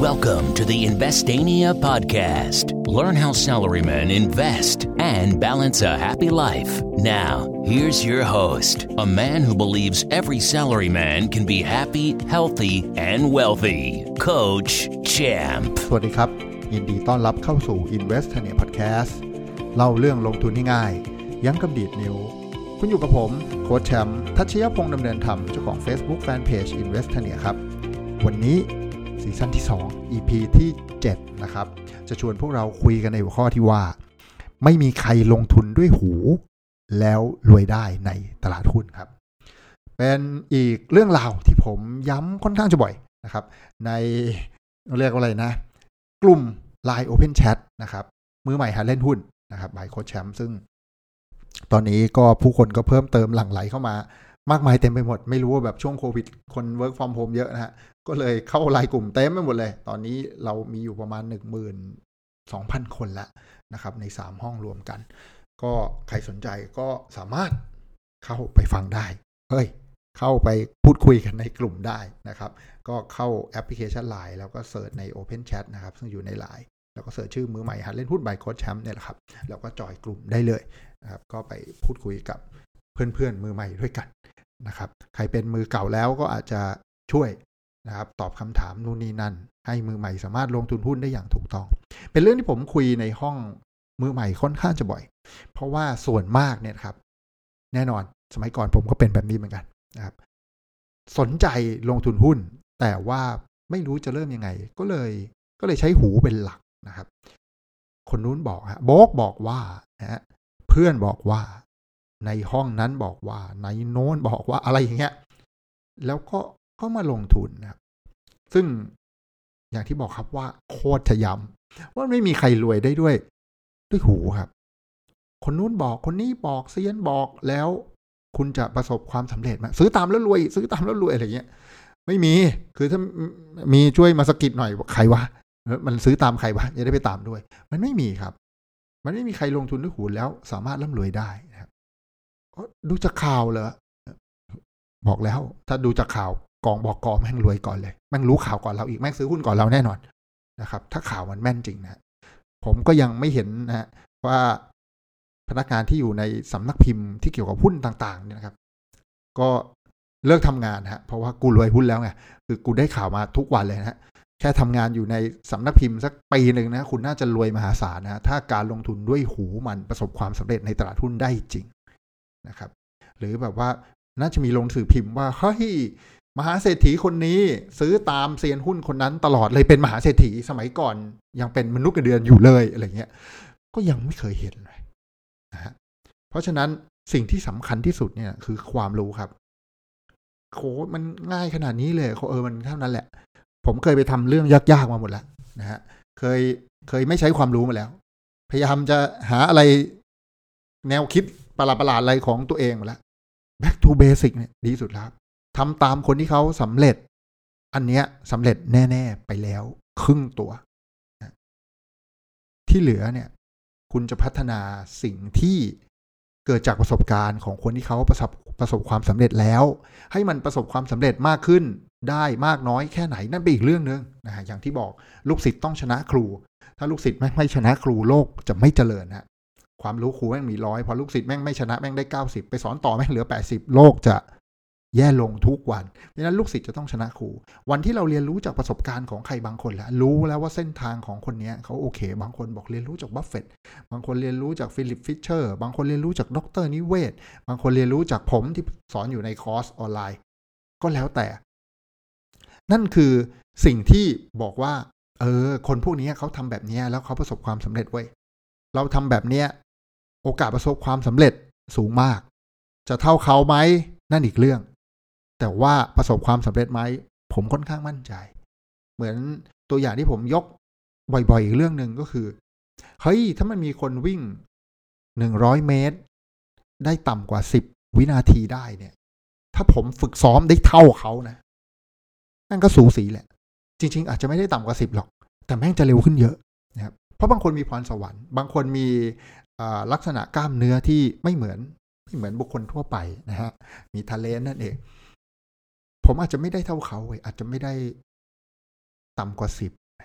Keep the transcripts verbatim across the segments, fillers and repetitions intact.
Welcome to the Investania podcast. Learn how salarymen invest and balance a happy life. Now, here's your host, a man who believes every salaryman can be happy, healthy, and wealthy. Coach Champ. สวัสดีครับยินดีต้อนรับเข้าสู่ Investania podcast เล่าเรื่องลงทุนง่ายๆยั้งกับดีดนิ้วคุณอยู่กับผมโค้ชแชมป์ทัชยพงษ์ดำเนินธรรมเจ้าของ Facebook Fanpage Investania ครับวันนี้ซีซั่นที่สอง อี พี ที่เจ็ดนะครับจะชวนพวกเราคุยกันในหัวข้อที่ว่าไม่มีใครลงทุนด้วยหูแล้วรวยได้ในตลาดหุ้นครับเป็นอีกเรื่องราวที่ผมย้ำค่อนข้างจะบ่อยนะครับในเรียกว่าอะไรนะกลุ่ม ไลน์ Open Chat นะครับมือใหม่หัดเล่นหุ้นนะครับบายโค้ชแชมป์ซึ่งตอนนี้ก็ผู้คนก็เพิ่มเติมหลั่งไหลเข้ามามากมายเต็มไปหมดไม่รู้ว่าแบบช่วงโควิดคน work from home เยอะนะฮะก็เลยเข้าไลน์กลุ่มเต็มไปหมดเลยตอนนี้เรามีอยู่ประมาณ หนึ่งหมื่นสองพัน คนแล้วนะครับในสามห้องรวมกันก็ใครสนใจก็สามารถเข้าไปฟังได้เฮ้ยเข้าไปพูดคุยกันในกลุ่มได้นะครับก็เข้าแอปพลิเคชัน ไลน์ แล้วก็เสิร์ชใน Open Chat นะครับซึ่งอยู่ใน ไลน์ แล้วก็เสิร์ชชื่อมือใหม่หัดเล่นหุ้น by โค้ชแชมป์เนี่ยแหละครับแล้วก็จอยกลุ่มได้เลยนะครับก็ไปพูดคุยกับเพื่อนๆมือใหม่ด้วยกันนะครับใครเป็นมือเก่าแล้วก็อาจจะช่วยนะครับตอบคำถามนู่นนี่นั่นให้มือใหม่สามารถลงทุนหุ้นได้อย่างถูกต้องเป็นเรื่องที่ผมคุยในห้องมือใหม่ค่อนข้างจะบ่อยเพราะว่าส่วนมากเนี่ยครับแน่นอนสมัยก่อนผมก็เป็นแบบนี้เหมือนกันนะครับสนใจลงทุนหุ้นแต่ว่าไม่รู้จะเริ่มยังไงก็เลยก็เลยใช้หูเป็นหลักนะครับคนนู้นบอกฮะโบ๊กบอกว่านะฮะเพื่อนบอกว่าในห้องนั้นบอกว่าในโน้นบอกว่าอะไรอย่างเงี้ยแล้วก็ก็มาลงทุนนะครับซึ่งอย่างที่บอกครับว่าโคตรจะย้ำว่าไม่มีใครรวยได้ด้วยด้วยหูครับคนนู้นบอกคนนี้บอกเซียนบอกแล้วคุณจะประสบความสำเร็จไหมซื้อตามแล้วรวยซื้อตามแล้วรวยอะไรเงี้ยไม่มีคือถ้ามีช่วยมาสกิดหน่อยใครวะมันซื้อตามใครวะจะได้ไปตามด้วยมันไม่มีครับมันไม่มีใครลงทุนด้วยหูแล้วสามารถร่ำรวยได้นะครับดูจากข่าวเหรอบอกแล้วถ้าดูจากข่าวกองบอกกอแม่งรวยก่อนเลยแม่งรู้ข่าวก่อนเราอีกแม่งซื้อหุ้นก่อนเราแน่นอนนะครับถ้าข่าวมันแม่นจริงนะผมก็ยังไม่เห็นนะฮะว่าพนักงานที่อยู่ในสำนักพิมพ์ที่เกี่ยวกับหุ้นต่างๆเนี่ยนะครับก็เลิกทำงานฮะเพราะว่ากูรวยหุ้นแล้วไงคือกูได้ข่าวมาทุกวันเลยนะฮะแค่ทำงานอยู่ในสำนักพิมพ์สักปีหนึ่งนะคุณน่าจะรวยมหาศาลนะถ้าการลงทุนด้วยหูมันประสบความสำเร็จในตลาดหุ้นได้จริงนะครับหรือแบบว่าน่าจะมีลงสื่อพิมพ์ว่าเฮ้ยมหาเศรษฐีคนนี้ซื้อตามเซียนหุ้นคนนั้นตลอดเลยเป็นมหาเศรษฐีสมัยก่อนยังเป็นมนุษย์เงินเดือนอยู่เลยอะไรเงี้ยก็ยังไม่เคยเห็นเลยนะฮะเพราะฉะนั้นสิ่งที่สำคัญที่สุดเนี่ยคือความรู้ครับโคมันง่ายขนาดนี้เลยเออมันเท่านั้นแหละผมเคยไปทำเรื่องยากๆมาหมดแล้วนะฮะเคยเคยไม่ใช้ความรู้มาแล้วพยายามจะหาอะไรแนวคิดประหลาดๆอะไรของตัวเองมาแล้ว back to basic เนี่ยดีสุดแล้วทำตามคนที่เขาสำเร็จอันเนี้ยสำเร็จแน่ๆไปแล้วครึ่งตัวนะที่เหลือเนี่ยคุณจะพัฒนาสิ่งที่เกิดจากประสบการณ์ของคนที่เขาประสบประสบความสำเร็จแล้วให้มันประสบความสำเร็จมากขึ้นได้มากน้อยแค่ไหนนั่นเป็นอีกเรื่องนึงนะฮะอย่างที่บอกลูกศิษย์ต้องชนะครูถ้าลูกศิษย์ไม่ไม่ชนะครูโลกจะไม่เจริญนะความรู้ครูแม่งมีร้อยพอลูกศิษย์แม่งไม่ชนะแม่งได้เก้าสิบไปสอนต่อแม่งเหลือแปดสิบโลกจะแย่ลงทุกวันเพราะฉะนั้นลูกศิษย์จะต้องชนะครูวันที่เราเรียนรู้จากประสบการณ์ของใครบางคนแล้วรู้แล้วว่าเส้นทางของคนนี้เขาโอเคบางคนบอกเรียนรู้จากบัฟเฟตต์บางคนเรียนรู้จากฟิลิปฟิชเชอร์บางคนเรียนรู้จากดร.นิเวศบางคนเรียนรู้จากผมที่สอนอยู่ในคอร์สออนไลน์ก็แล้วแต่นั่นคือสิ่งที่บอกว่าเออคนพวกนี้เขาทำแบบนี้แล้วเขาประสบความสำเร็จเว้ยเราทำแบบนี้โอกาสประสบความสำเร็จสูงมากจะเท่าเขาไหมนั่นอีกเรื่องแต่ว่าประสบความสำเร็จไหมผมค่อนข้างมั่นใจเหมือนตัวอย่างที่ผมยกบ่อยๆอีกเรื่องนึงก็คือเฮ้ยถ้ามันมีคนวิ่งหนึ่งร้อยเมตรได้ต่ำกว่าสิบวินาทีได้เนี่ยถ้าผมฝึกซ้อมได้เท่าเขานะนั่นก็สูสีแหละจริงๆอาจจะไม่ได้ต่ำกว่าสิบหรอกแต่แม่งจะเร็วขึ้นเยอะนะครับเพราะบางคนมีพรสวรรค์บางคนมีลักษณะกล้ามเนื้อที่ไม่เหมือนไม่เหมือนบุคคลทั่วไปนะฮะมีทาเลนต์นั่นเองผมอาจจะไม่ได้เท่าเขาอาจจะไม่ได้ต่ำกว่าสิบ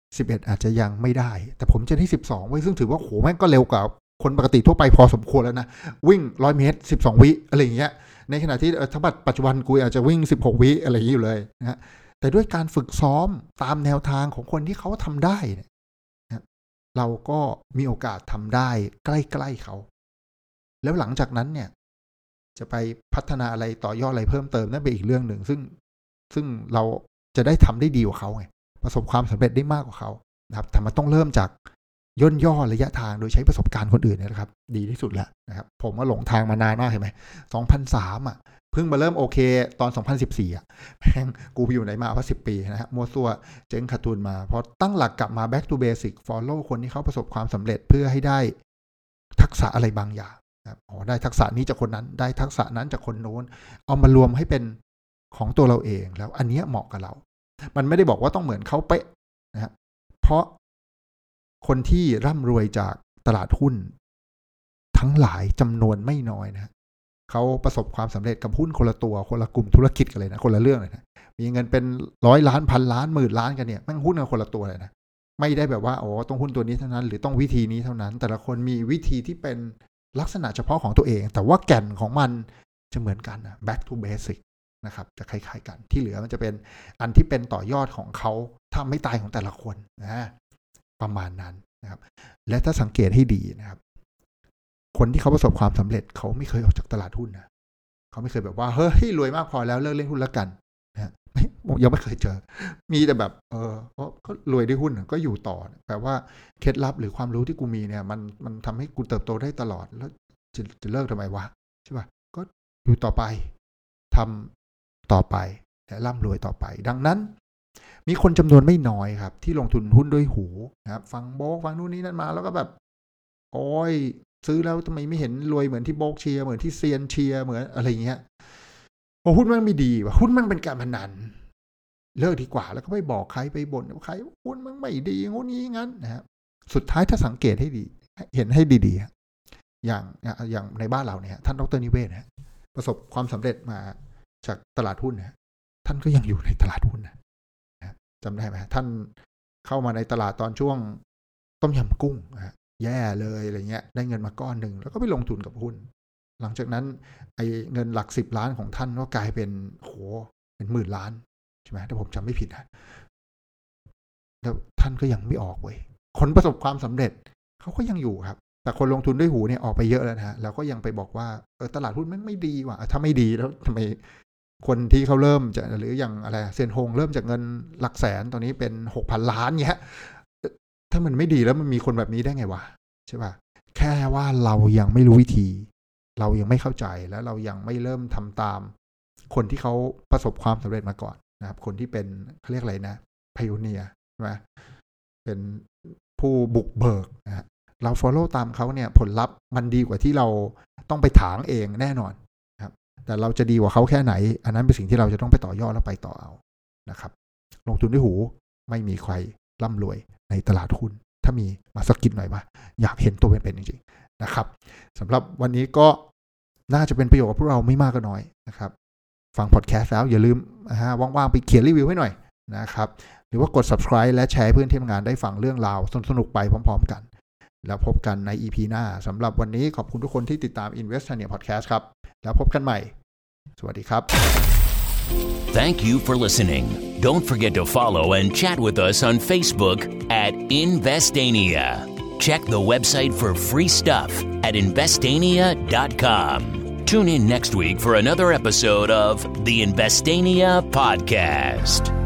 สิบเอ็ดอาจจะยังไม่ได้แต่ผมจะได้สิบสองไว้ซึ่งถือว่าโหแม่งก็เร็วกว่าคนปกติทั่วไปพอสมควรแล้วนะวิ่งหนึ่งร้อยเมตรสิบสองวิอะไรอย่างเงี้ยในขณะที่ถ้าปัจจุบันกูอาจจะวิ่งสิบหกวิอะไรอย่างนี้อยู่เลยนะฮะแต่ด้วยการฝึกซ้อมตามแนวทางของคนที่เขาทำได้เนี่ยนะเราก็มีโอกาสทำได้ใกล้ๆเขาแล้วหลังจากนั้นเนี่ยจะไปพัฒนาอะไรต่อยอดอะไรเพิ่มเติมนั่นเป็นอีกเรื่องหนึ่งซึ่งซึ่งเราจะได้ทำได้ดีกว่าเขาไงประสบความสำเร็จได้มากกว่าเขานะครับแต่มันต้องเริ่มจากย่นย่อระยะทางโดยใช้ประสบการณ์คนอื่นเนี่ยนะครับดีที่สุดแล้วนะครับผมว่าหลงทางมานานมากเห็นไหมสองพันสามอ่ะเพิ่งมาเริ่มโอเคตอนสองพันสิบสี่อ่ะแม่งกูไปอยู่ไหนมาเพราะสิบปีนะฮะมัวซั่วเจ๊งขาดทุนมาพอตั้งหลักกลับมา back to basic follow คนที่เขาประสบความสำเร็จเพื่อให้ได้ทักษะอะไรบางอย่างนะครับอ๋อได้ทักษะนี้จากคนนั้นได้ทักษะนั้นจากคนโน้นเอามารวมให้เป็นของตัวเราเองแล้วอันนี้เหมาะกับเรามันไม่ได้บอกว่าต้องเหมือนเขาเป๊ะนะฮะเพราะคนที่ร่ำรวยจากตลาดหุ้นทั้งหลายจำนวนไม่น้อยนะเขาประสบความสำเร็จกับหุ้นคนละตัวคนละกลุ่มธุรกิจกันเลยนะคนละเรื่องเลยนะมีเงินเป็นร้อยล้านพันล้านหมื่นล้านกันเนี่ยแม่งหุ้นกันคนละตัวเลยนะไม่ได้แบบว่าโอ้ต้องหุ้นตัวนี้เท่านั้นหรือต้องวิธีนี้เท่านั้นแต่ละคนมีวิธีที่เป็นลักษณะเฉพาะของตัวเองแต่ว่าแก่นของมันจะเหมือนกันนะ back to basic นะครับจะคล้ายๆกันที่เหลือมันจะเป็นอันที่เป็นต่อยอดของเขาทำไม่ตายของแต่ละคนนะประมาณนั้นนะครับและถ้าสังเกตให้ดีนะครับคนที่เขาประสบความสำเร็จเขาไม่เคยออกจากตลาดหุ้นนะเขาไม่เคยแบบว่าเฮ้ยรวยมากพอแล้วเลิกเล่นหุ้นแล้วกันนะไม่ยังไม่เคยเจอมีแต่แบบเออก็รวยด้วยหุ้นก็อยู่ต่อแปลว่าเคล็ดลับหรือความรู้ที่กูมีเนี่ยมันมันทำให้กูเติบโตได้ตลอดแล้วจะจะเลิกทำไมวะใช่ป่ะก็อยู่ต่อไปทำต่อไปและร่ำรวยต่อไปดังนั้นมีคนจำนวนไม่น้อยครับที่ลงทุนหุ้นด้วยหูนะครับฟังโบกฟังนู่นนี่นั่นมาแล้วก็แบบโอ้ยซื้อแล้วทำไมไม่เห็นรวยเหมือนที่โบกเชียร์เหมือนที่เซียนเชียร์เหมือนอะไรเงี้ยพอหุ้นมันไม่ดีว่ะหุ้นมันเป็นการพนันเลิกดีกว่าแล้วก็ไปบอกใครไปบ่นว่าใครหุ้นมันไม่ดีงุ่นนี้งั้นนะครับสุดท้ายถ้าสังเกตให้ดีเห็นให้ดีๆอย่างอย่างในบ้านเราเนี่ยท่านดร.นิเวศน์นะประสบความสำเร็จมาจากตลาดหุ้นนะท่านก็ยังอยู่ในตลาดหุ้นนะจำได้ไหมท่านเข้ามาในตลาดตอนช่วงต้มยำกุ้งนะแย่เลยอะไรเงี้ยได้เงินมาก้อนหนึ่งแล้วก็ไปลงทุนกับหุ้นหลังจากนั้นไอ้เงินหลักสิบล้านของท่านก็กลายเป็นโหเป็นหมื่นล้านใช่ไหมถ้าผมจำไม่ผิดนะแล้วท่านก็ยังไม่ออกเว้ยคนประสบความสำเร็จเขาก็ยังอยู่ครับแต่คนลงทุนด้วยหูเนี่ยออกไปเยอะแล้วนะฮะแล้วก็ยังไปบอกว่าเออตลาดหุ้นมันไม่ดีว่ะถ้าไม่ดีแล้วทำไมคนที่เขาเริ่มจะหรืออย่างอะไรเซียนฮงเริ่มจากเงินหลักแสนตอนนี้เป็น หกพัน ล้านเงี้ยถ้ามันไม่ดีแล้วมันมีคนแบบนี้ได้ไงวะใช่ป่ะแค่ว่าเรายังไม่รู้วิธีเรายังไม่เข้าใจแล้วเรายังไม่เริ่มทำตามคนที่เขาประสบความสำเร็จมาก่อนนะครับคนที่เป็นเขาเรียกอะไรนะไพโอเนียร์ใช่ไหมเป็นผู้บุกเบิกนะเรา follow ตามเขาเนี่ยผลลัพธ์มันดีกว่าที่เราต้องไปถางเองแน่นอนครับแต่เราจะดีกว่าเขาแค่ไหนอันนั้นเป็นสิ่งที่เราจะต้องไปต่อยอดแล้วไปต่อเอานะครับลงทุนด้วยหูไม่มีใครร่ำรวยในตลาดหุ้นถ้ามีมาสักกินหน่อยว่าอยากเห็นตัวเป็นๆจริงๆนะครับสำหรับวันนี้ก็น่าจะเป็นประโยชน์กับพวกเราไม่มากก็น้อยนะครับฟังพอดแคสต์แล้วอย่าลืมนะฮะว่างๆไปเขียนรีวิวให้หน่อยนะครับหรือว่ากด subscribe และแชร์เพื่อนที่ทำงานได้ฟังเรื่องราวสนุกๆไปพร้อมๆกันแล้วพบกันใน อี พี หน้าสำหรับวันนี้ขอบคุณทุกคนที่ติดตาม Investonia Podcast ครับแล้วพบกันใหม่สวัสดีครับ Thank you for listening. Don't forget to follow and chat with us on Facebook at Investania. Check the website for free stuff at investania dot com. Tune in next week for another episode of the Investania Podcast.